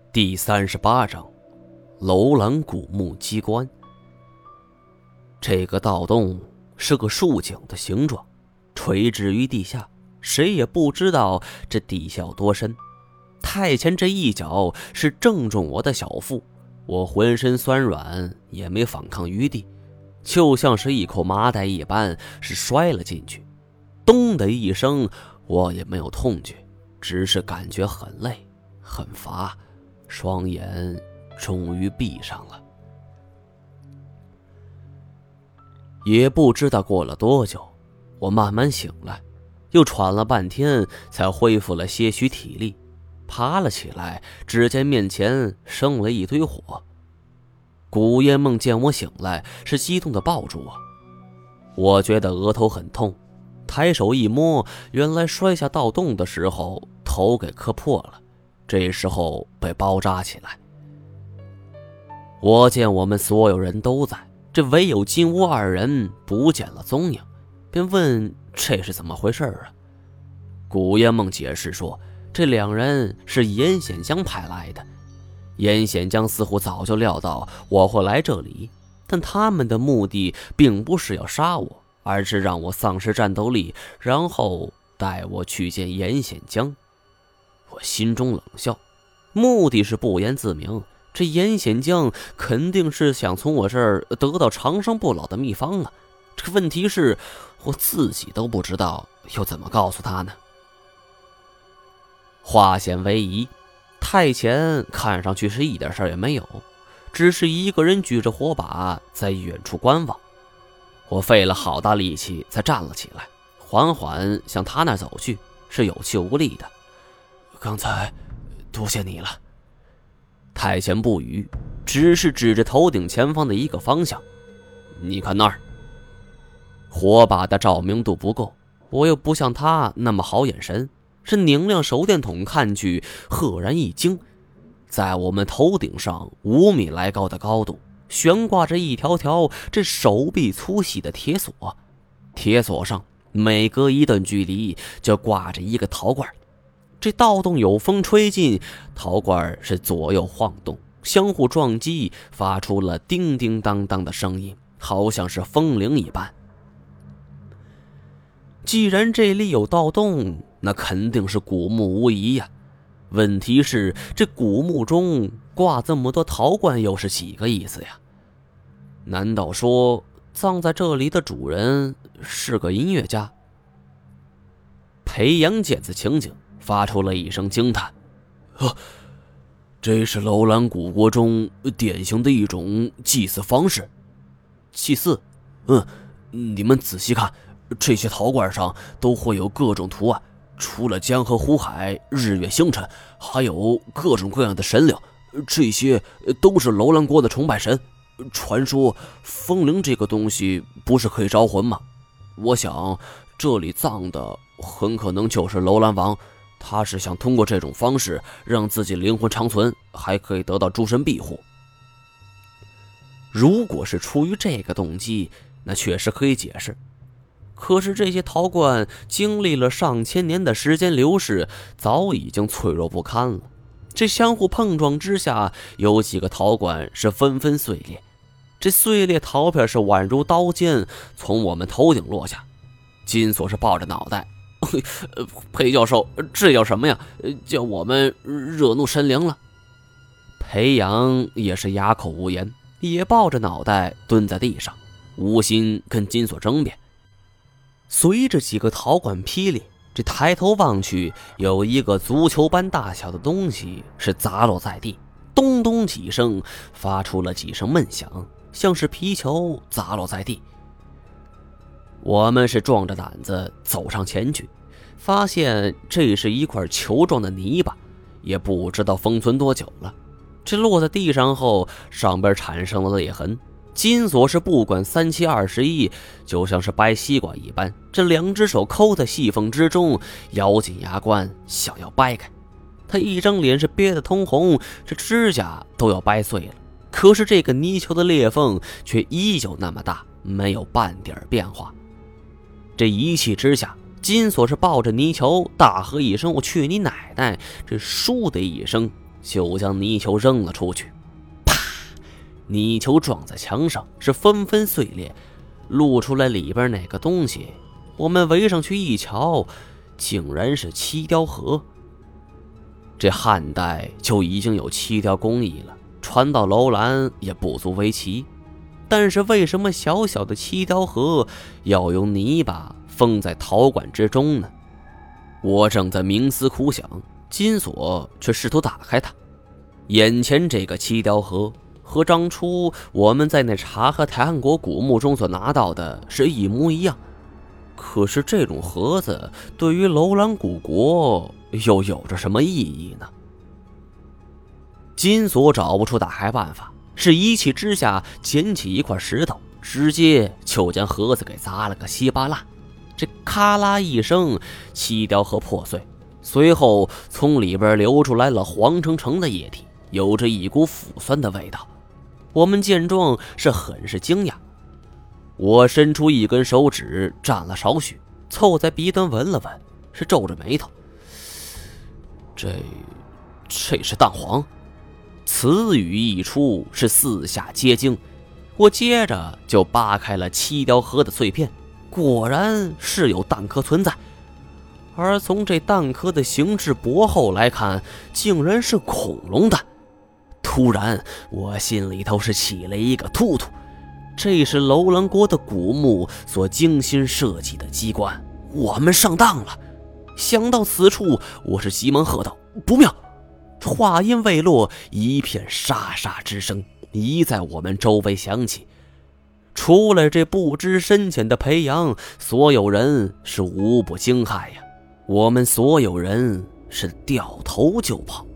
第38章楼兰古墓机关。这个盗洞是个竖井的形状，垂直于地下，谁也不知道这地下有多深。太前这一脚是正中我的小腹，我浑身酸软，也没反抗余地，就像是一口麻袋一般，是摔了进去。咚的一声，我也没有痛觉，只是感觉很累很乏，双眼终于闭上了。也不知道过了多久，我慢慢醒来，又喘了半天才恢复了些许体力，爬了起来，只见面前生了一堆火。古烟梦见我醒来，是激动地抱住我。我觉得额头很痛，抬手一摸，原来摔下盗洞的时候头给磕破了，这时候被包扎起来。我见我们所有人都在，这唯有金乌二人不见了踪影，便问这是怎么回事啊？古烟梦解释说，这两人是严显江派来的。严显江似乎早就料到我会来这里，但他们的目的并不是要杀我，而是让我丧失战斗力，然后带我去见严显江。我心中冷笑，目的是不言自明，这严显江肯定是想从我这儿得到长生不老的秘方啊。这个问题是我自己都不知道又怎么告诉他呢？化险为夷，太前看上去是一点事儿也没有，只是一个人举着火把在远处观望。我费了好大力气才站了起来，缓缓向他那走去，是有气无力的。刚才多谢你了。太前不语，只是指着头顶前方的一个方向。你看那儿。火把的照明度不够，我又不像他那么好眼神，是拧亮手电筒看去，赫然一惊。在我们头顶上5米来高的高度，悬挂着一条条这手臂粗细的铁索，铁索上每隔一段距离就挂着一个陶罐。这盗洞有风吹进，陶罐是左右晃动，相互撞击，发出了叮叮当当的声音，好像是风铃一般。既然这里有盗洞，那肯定是古墓无疑呀。问题是这古墓中挂这么多陶罐又是几个意思呀？难道说葬在这里的主人是个音乐家？裴阳见此情景，发出了一声惊叹：这是楼兰古国中典型的一种祭祀方式。祭祀？你们仔细看，这些陶罐上都会有各种图案，除了江河湖海、日月星辰，还有各种各样的神灵，这些都是楼兰国的崇拜神。传说风铃这个东西不是可以招魂吗？我想这里葬的很可能就是楼兰王，他是想通过这种方式让自己灵魂长存，还可以得到诸神庇护。如果是出于这个动机，那确实可以解释。可是这些陶罐经历了上千年的时间流逝，早已经脆弱不堪了。这相互碰撞之下，有几个陶罐是纷纷碎裂，这碎裂陶片是宛如刀尖从我们头顶落下。金锁是抱着脑袋，裴教授，这叫什么呀？叫我们惹怒神灵了。裴阳也是哑口无言，也抱着脑袋蹲在地上，无心跟金锁争辩。随着几个陶罐霹雳，这抬头望去，有一个足球般大小的东西是砸落在地，咚咚几声，发出了几声闷响，像是皮球砸落在地。我们是壮着胆子走上前去，发现这是一块球状的泥巴，也不知道封存多久了。这落在地上后，上边产生了裂痕。金锁是不管3721，就像是掰西瓜一般，这2只手抠在细缝之中，咬紧牙关想要掰开。他一张脸是憋得通红，这指甲都要掰碎了。可是这个泥球的裂缝却依旧那么大，没有半点变化。这一气之下，金锁是抱着泥球大喝一声：“我去你奶奶！”这倏的一声， 就将泥球扔了出去。啪！泥球撞在墙上，是纷纷碎裂，露出来里边那个东西。我们围上去一瞧，竟然是漆雕盒。这汉代就已经有漆雕工艺了，传到楼兰也不足为奇。但是为什么小小的漆雕盒要用泥巴封在陶管之中呢？我正在冥思苦想，金锁却试图打开它。眼前这个漆雕盒和当初我们在那察合台汗国古墓中所拿到的是一模一样，可是这种盒子对于楼兰古国又有着什么意义呢？金锁找不出打开办法，是一气之下捡起一块石头，直接就将盒子给砸了个稀巴烂。这咔啦一声，漆雕盒破碎，随后从里边流出来了黄澄澄的液体，有着一股腐酸的味道。我们见状是很是惊讶，我伸出一根手指蘸了少许，凑在鼻端闻了闻，是皱着眉头。这是蛋黄。此语一出，是四下皆惊。我接着就扒开了漆雕盒的碎片，果然是有蛋壳存在，而从这蛋壳的形制薄厚来看，竟然是恐龙蛋。突然我心里头是起了一个突突，这是楼兰国的古墓所精心设计的机关，我们上当了。想到此处，我是急忙喝道：不妙！话音未落，一片沙沙之声已在我们周围响起。除了这不知深浅的裴阳，所有人是无不惊骇呀。我们所有人是掉头就跑。